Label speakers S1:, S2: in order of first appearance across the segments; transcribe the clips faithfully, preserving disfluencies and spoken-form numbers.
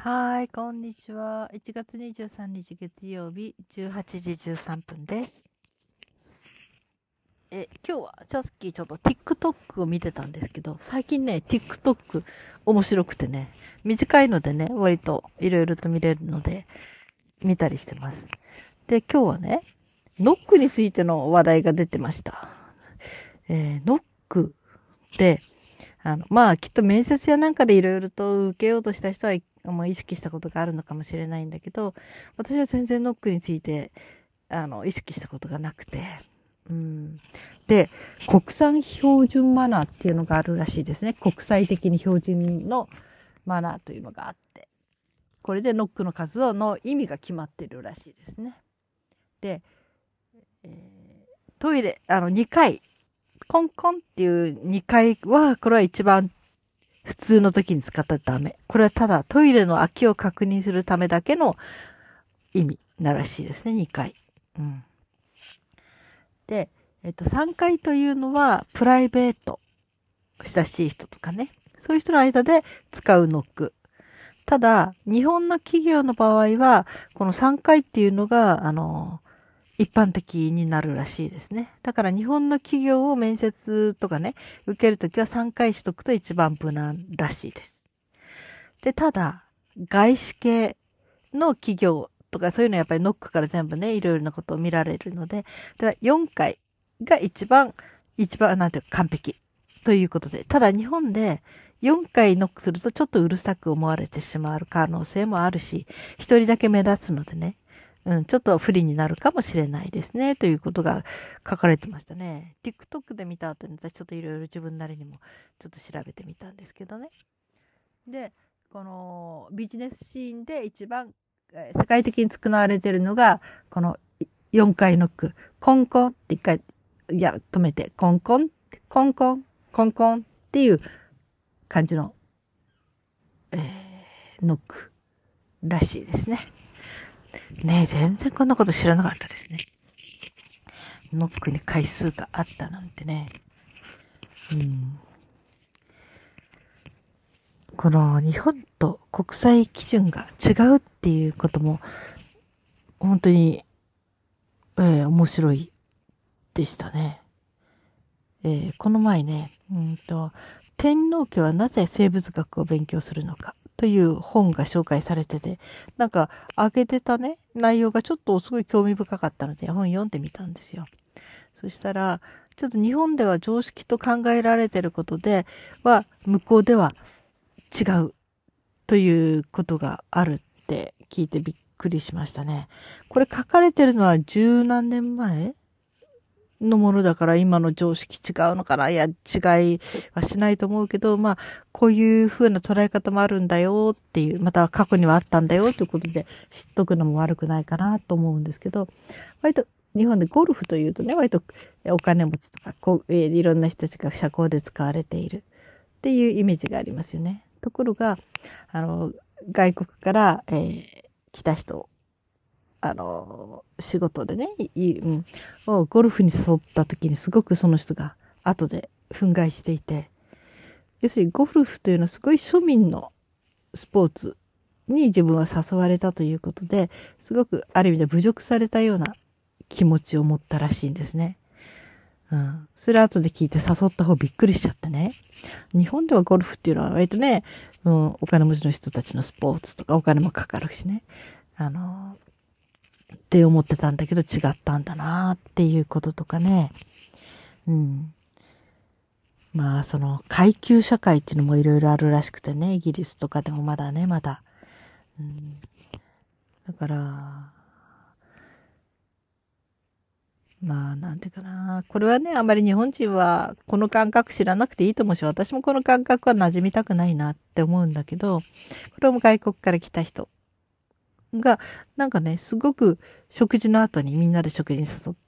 S1: はい、こんにちは。いちがつにじゅうさんにち月曜日じゅうはちじじゅうさんぷんです。え、今日はチャスキーちょっと TikTok を見てたんですけど、最近ね、TikTok 面白くてね、短いのでね、割といろいろと見れるので、見たりしてます。で、今日はね、ノックについての話題が出てました。えー、ノックで、あの、まあ、きっと面接やなんかでいろいろと受けようとした人は、もう意識したことがあるのかもしれないんだけど、私は全然ノックについて、あの、意識したことがなくて、うん。で、国際標準マナーっていうのがあるらしいですね。国際的に標準のマナーというのがあって、これでノックの数の意味が決まっているらしいですね。で、えー、トイレ、あの、にかい、コンコンっていうにかいは、これは一番普通の時に使ったらダメ。これはただトイレの空きを確認するためだけの意味ならしいですね、にかい。うん。で、えっと、さんかいというのは、プライベート、親しい人とかね。そういう人の間で使うノック。ただ、日本の企業の場合は、このさんかいっていうのが、あの、一般的になるらしいですね。だから日本の企業を面接とかね、受けるときはさんかいしとくと一番無難らしいです。で、ただ、外資系の企業とかそういうのはやっぱりノックから全部ね、いろいろなことを見られるので、ではよんかいが一番、一番なんていうか完璧ということで、ただ日本でよんかいノックするとちょっとうるさく思われてしまう可能性もあるし、一人だけ目立つのでね、うん、ちょっと不利になるかもしれないですね、ということが書かれてましたね。TikTok で見た後に私ちょっといろいろ自分なりにもちょっと調べてみたんですけどね。で、このビジネスシーンで一番世界的に使われているのが、このよんかいノック。コンコンって一回、いや、止めて、コンコン、コンコン、コンコンっていう感じの、えー、ノックらしいですね。ねえ、全然こんなこと知らなかったですね。ノックに回数があったなんてね。うん。この日本と国際基準が違うっていうことも、本当に、えー、面白いでしたね。えー、この前ね、うんと、天皇家はなぜ生物学を勉強するのかという本が紹介されてて、なんか、上げてたね、内容がちょっとすごい興味深かったので、本読んでみたんですよ。そしたら、ちょっと日本では常識と考えられていることでは、向こうでは違うということがあるって聞いてびっくりしましたね。これ書かれてるのは十何年前のものだから今の常識違うのかな、いや、違いはしないと思うけど、まあ、こういう風な捉え方もあるんだよっていう、また過去にはあったんだよということで知っとくのも悪くないかなと思うんですけど、割と日本でゴルフというとね、割とお金持ちとか、こう、いろんな人たちが社交で使われているっていうイメージがありますよね。ところが、あの、外国から、えー、来た人、あの、仕事でね、いうん、をゴルフに誘った時にすごくその人が後で憤慨していて、要するにゴルフというのはすごい庶民のスポーツに自分は誘われたということで、すごくある意味で侮辱されたような気持ちを持ったらしいんですね。うん。それ後で聞いて誘った方びっくりしちゃってね。日本ではゴルフっていうのは割とね、うん、お金持ちの人たちのスポーツとかお金もかかるしね。あの、って思ってたんだけど違ったんだなっていうこととかね。うん。まあ、その階級社会っていうのもいろいろあるらしくてね、イギリスとかでもまだね、まだ。うん、だから、まあ、なんていうかな。これはね、あまり日本人はこの感覚知らなくていいと思うし、私もこの感覚は馴染みたくないなって思うんだけど、これも外国から来た人が、なんかね、すごく食事の後にみんなで食事に誘って、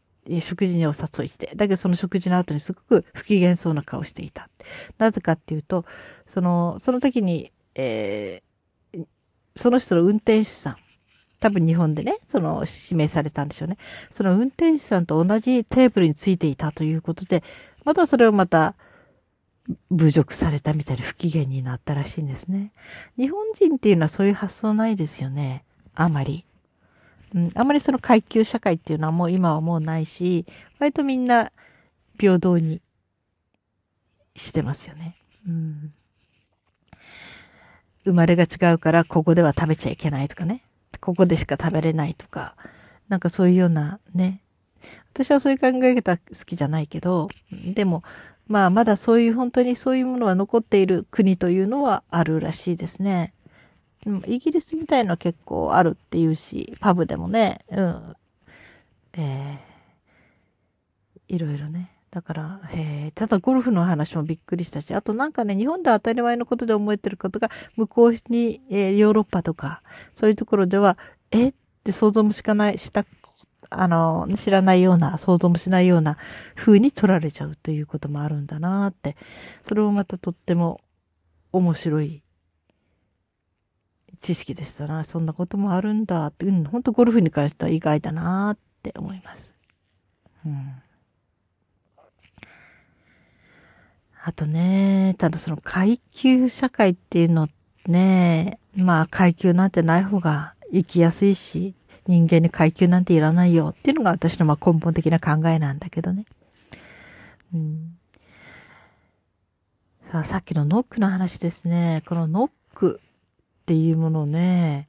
S1: 食事にお誘いして、だけどその食事の後にすごく不機嫌そうな顔していた。なぜかっていうと、その、その時に、えー、その人の運転手さん、多分日本でね、その指名されたんでしょうね。その運転手さんと同じテーブルについていたということで、またそれをまた侮辱されたみたいな不機嫌になったらしいんですね。日本人っていうのはそういう発想ないですよね。あまり。うん、あまりその階級社会っていうのはもう今はもうないし、割とみんな平等にしてますよね。うん、生まれが違うからここでは食べちゃいけないとかね。ここでしか食べれないとか。なんかそういうようなね。私はそういう考え方好きじゃないけど、でも、まあまだそういう本当にそういうものは残っている国というのはあるらしいですね。イギリスみたいのは結構あるっていうし、パブでもね、うん。えー、いろいろね。だから、えー、ただゴルフの話もびっくりしたし、あとなんかね、日本では当たり前のことで思えてることが、向こうに、えー、ヨーロッパとか、そういうところでは、えって想像もしかない、した、あの、知らないような、想像もしないような風に取られちゃうということもあるんだなって、それもまたとっても面白い知識でしたな。そんなこともあるんだって、うん、本当ゴルフに関しては意外だなって思います。うん。あとね、ただその階級社会っていうのね、まあ階級なんてない方が生きやすいし、人間に階級なんていらないよっていうのが私のまあ根本的な考えなんだけどね。うん、さあ、さっきのノックの話ですね。このノックっていうものをね、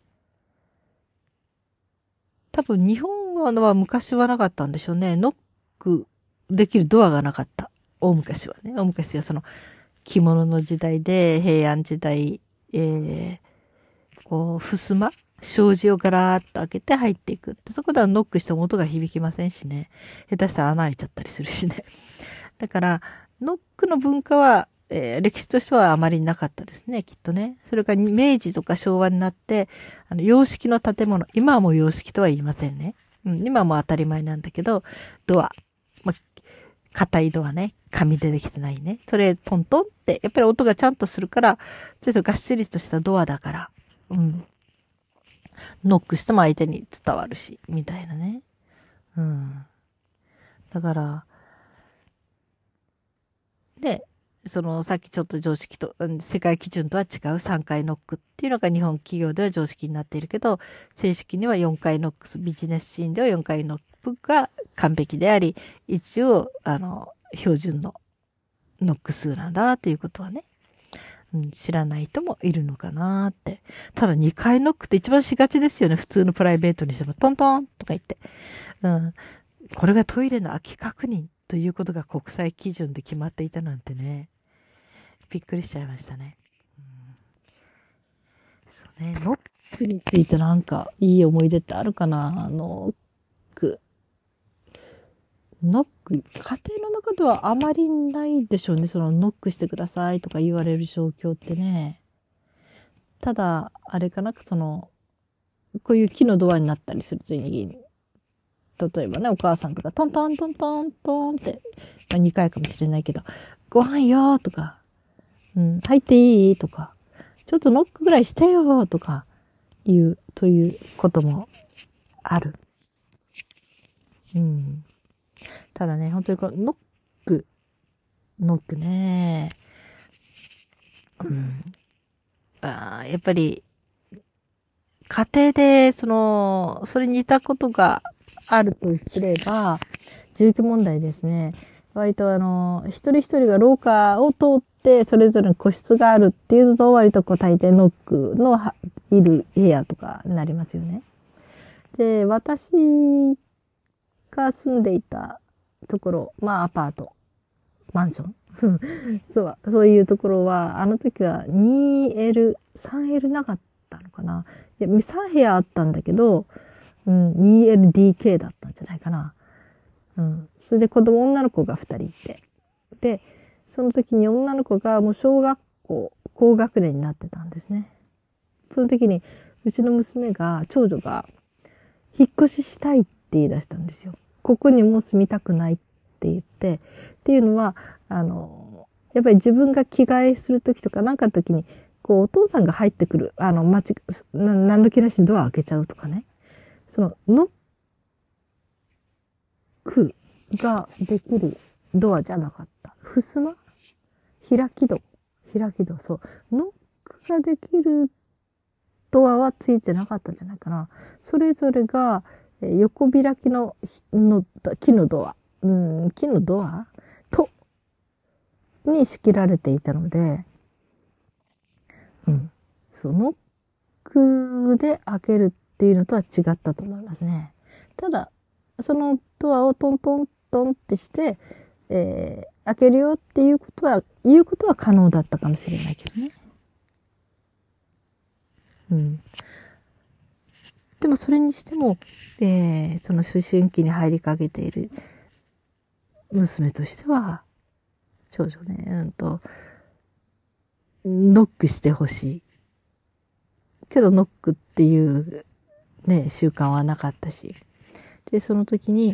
S1: 多分日本は昔はなかったんでしょうね。ノックできるドアがなかった。大昔はね。大昔はその着物の時代で平安時代、えー、こう、襖障子をガラーッと開けて入っていく。そこではノックしても音が響きませんしね。下手したら穴開いちゃったりするしね。だから、ノックの文化は、えー、歴史としてはあまりなかったですね、きっとね。それから明治とか昭和になって、あの、洋式の建物、今はもう洋式とは言いませんね。うん、今はもう当たり前なんだけど、ドア、ま、硬いドアね、紙でできてないね。それ、トントンって、やっぱり音がちゃんとするから、それがっしりとしたドアだから、うん。ノックしても相手に伝わるし、みたいなね。うん。だから、で、その、さっきちょっと常識と、うん、世界基準とは違うさんかいノックっていうのが日本企業では常識になっているけど、正式にはよんかいノックス、ビジネスシーンではよんかいノックが完璧であり、一応、あの、標準のノック数なんだということはね、うん、知らない人もいるのかなって。ただにかいノックって一番しがちですよね。普通のプライベートにしても、トントンとか言って。うん。これがトイレの空き確認ということが国際基準で決まっていたなんてね。びっくりしちゃいましたね。うん、そうね。ノックについてなんかいい思い出ってあるかな。ノック。ノック、家庭の中ではあまりないでしょうね。そのノックしてくださいとか言われる状況ってね。ただ、あれかな、その、こういう木のドアになったりするときに、例えばね、お母さんとかトントントントントンって、まあ、にかいかもしれないけど、ご飯よーとか、うん、入っていいとか、ちょっとノックぐらいしてよとかいう、ということもある。うん。ただね、本当にこのノック、ノックね、うん。あやっぱり、家庭で、その、それに似たことがあるとすれば、住居問題ですね。割とあの、一人一人が廊下を通って、それぞれの個室があるっていうと、割とこう大抵ノックのいる部屋とかになりますよね。で、私が住んでいたところ、まあアパート、マンション。そう、そういうところは、あの時は にエル、さんエル なかったのかな。いや、さん部屋あったんだけど、うん、にエルディーケー だったんじゃないかな。うん。それで子供女の子がふたりいて。で、その時に女の子がもう小学校高学年になってたんですね。その時にうちの娘が、長女が引っ越ししたいって言い出したんですよ。ここにもう住みたくないって言って、っていうのは、あの、やっぱり自分が着替えする時とかなんかの時に、こうお父さんが入ってくる、あの、間違、何の気なしにドア開けちゃうとかね。その、ノックができるドアじゃなかった。襖開き戸。開き戸、そう。ノックができるドアはついてなかったんじゃないかな。それぞれが、えー横開きのの木のドア、うん、木のドアと、に仕切られていたので、うん。そのノックで開けるっていうのとは違ったと思いますね。ただ、そのドアをトントントンってして、えー開けるよっていうことは、言うことは可能だったかもしれないけどね。うん。でもそれにしても、えーその思春期に入りかけている娘としては、長女ね、うんと、ノックしてほしい。けどノックっていうね、習慣はなかったし。で、その時に、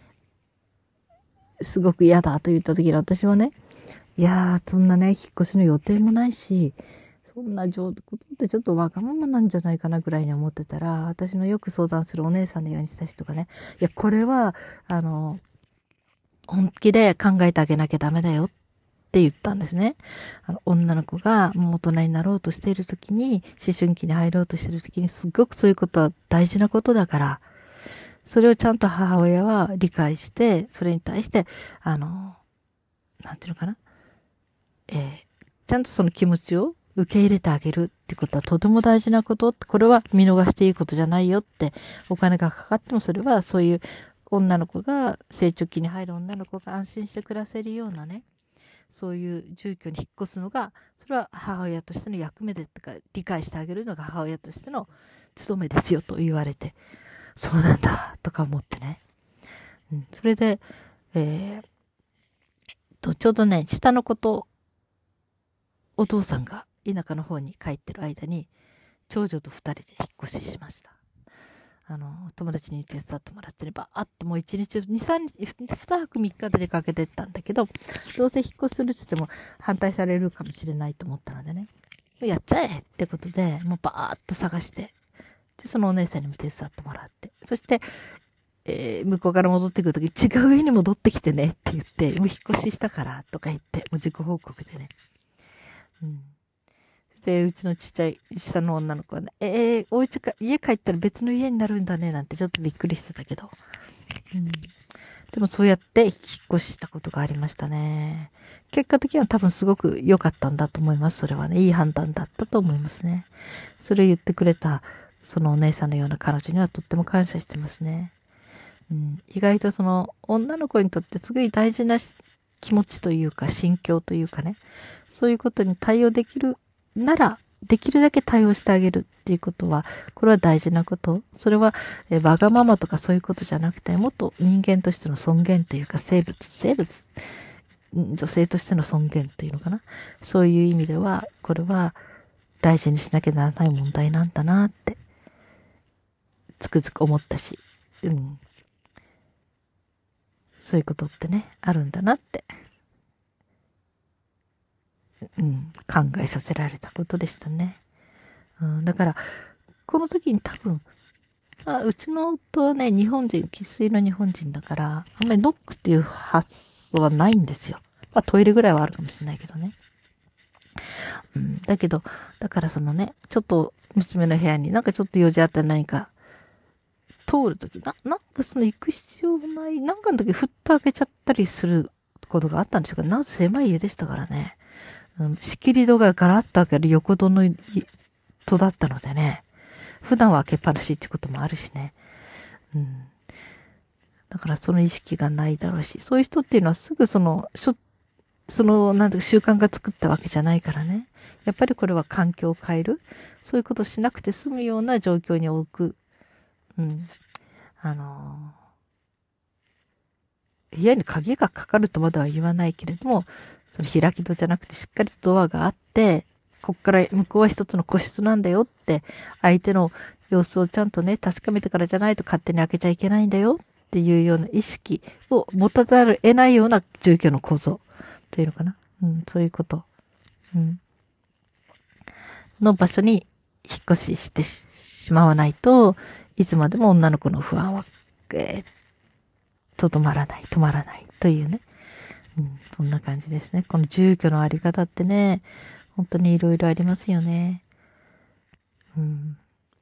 S1: すごく嫌だと言った時に私はね、いやー、そんなね、引っ越しの予定もないし、そんなことってちょっとわがままなんじゃないかなぐらいに思ってたら、私のよく相談するお姉さんのようにした人がね、いや、これは、あの、本気で考えてあげなきゃダメだよって言ったんですね。あの女の子がもう大人になろうとしている時に、思春期に入ろうとしている時に、すごくそういうことは大事なことだから、それをちゃんと母親は理解して、それに対して、あの、なんていうのかな、えー、ちゃんとその気持ちを受け入れてあげるってことはとても大事なことって、これは見逃していいことじゃないよって、お金がかかってもそれはそういう女の子が、成長期に入る女の子が安心して暮らせるようなね、そういう住居に引っ越すのが、それは母親としての役目でとか、理解してあげるのが母親としての務めですよと言われて、そうなんだとか思ってね。うん、それで、えー、と、ちょうどね、下の子とお父さんが田舎の方に帰ってる間に、長女と二人で引っ越ししました。あの、友達に手伝ってもらってれば、あっともう一日、二、三日、二泊三日で出かけてったんだけど、どうせ引っ越しするって言っても反対されるかもしれないと思ったのでね、やっちゃえってことで、もうバーッと探して、で、そのお姉さんにも手伝ってもらって、そして、えー、向こうから戻ってくるとき、違う家に戻ってきてねって言って、もう引っ越ししたからとか言って、もう自己報告でね。うん。で、うちのちっちゃい下の女の子はね、えー、お家か、家帰ったら別の家になるんだね、なんてちょっとびっくりしてたけど。うん。でもそうやって引っ越ししたことがありましたね。結果的には多分すごく良かったんだと思います。それはね、いい判断だったと思いますね。それを言ってくれた、そのお姉さんのような彼女にはとっても感謝してますね。うん、意外とその女の子にとってすごい大事な気持ちというか心境というかね、そういうことに対応できるなら、できるだけ対応してあげるっていうことは、これは大事なこと。それは、えわがままとかそういうことじゃなくて、もっと人間としての尊厳というか生物、生物、女性としての尊厳というのかな。そういう意味では、これは大事にしなきゃならない問題なんだなって、つくづく思ったし、うん。そういうことってね、あるんだなって、うん、考えさせられたことでしたね。うん、だから、この時に多分、あうちの夫はね、日本人、生粋の日本人だから、あんまりノックっていう発想はないんですよ。まあトイレぐらいはあるかもしれないけどね。うん、だけど、だからそのね、ちょっと娘の部屋になんかちょっと用事あったら何か通るとき、な、なんかその行く必要もない、なんかの時ふっと開けちゃったりすることがあったんでしょうか。なぜ狭い家でしたからね。うん、仕切り戸がガラッと開ける横戸の戸だったのでね。普段は開けっぱなしってこともあるしね。うん。だからその意識がないだろうし、そういう人っていうのはすぐその、しょ、その、なんていうか習慣が作ったわけじゃないからね。やっぱりこれは環境を変える。そういうことをしなくて済むような状況に置く。うん。あのー、部屋に鍵がかかるとまでは言わないけれども、その開き戸じゃなくてしっかりとドアがあって、こっから向こうは一つの個室なんだよって、相手の様子をちゃんとね、確かめてからじゃないと勝手に開けちゃいけないんだよっていうような意識を持たざるを得ないような住居の構造というのかな。うん、そういうこと。うん。の場所に引っ越ししてしまわないと、いつまでも女の子の不安は、えー、とどまらない、止まらないというね。 うん、そんな感じですね。この住居のあり方ってね、本当にいろいろありますよね。うん。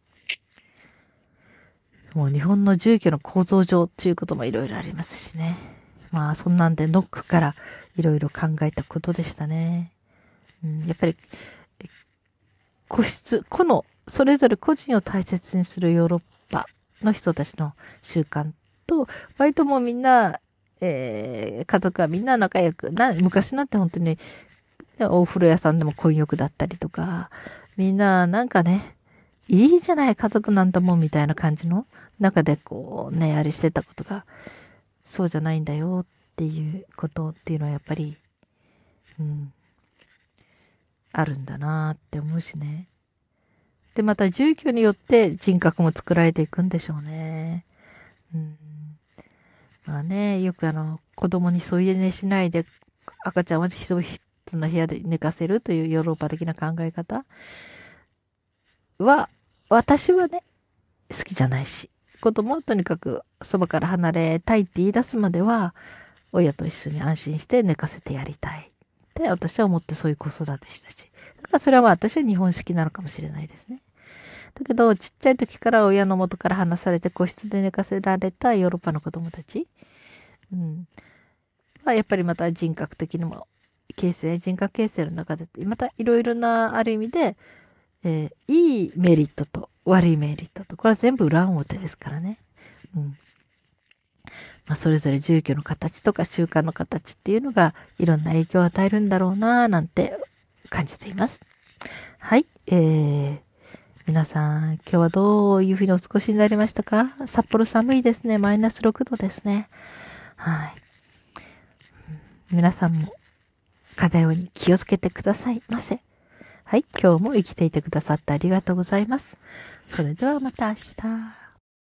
S1: もう日本の住居の構造上っていうこともいろいろありますしね。まあそんなんでノックからいろいろ考えたことでしたね。うん、やっぱり個室、個のそれぞれ個人を大切にするヨーロッパの人たちの習慣と、割ともうみんな、えー、家族はみんな仲良く、な、昔なんて本当に、お風呂屋さんでも混浴だったりとか、みんななんかね、いいじゃない家族なんだもんみたいな感じの中でこうね、あれしてたことが、そうじゃないんだよっていうことっていうのはやっぱり、うん、あるんだなって思うしね。で、また住居によって人格も作られていくんでしょうね。うん、まあね、よくあの、子供に添い寝しないで赤ちゃんは一つの部屋で寝かせるというヨーロッパ的な考え方は、私はね、好きじゃないし、子供はとにかくそばから離れたいって言い出すまでは、親と一緒に安心して寝かせてやりたい。って私は思ってそういう子育てしたし。だからそれはまあ私は日本式なのかもしれないですね。だけど、ちっちゃい時から親の元から離されて個室で寝かせられたヨーロッパの子供たち。うん。はやっぱりまた人格的にも形成、人格形成の中で、またいろいろなある意味で、えー、いいメリットと悪いメリットと、これは全部裏表ですからね。うん。まあ、それぞれ住居の形とか習慣の形っていうのがいろんな影響を与えるんだろうなぁなんて感じています。はい。えー、皆さん、今日はどういうふうにお過ごしになりましたか？札幌寒いですね。マイナスろくどですね。はい。皆さんも風邪に気をつけてくださいませ。はい。今日も生きていてくださってありがとうございます。それではまた明日。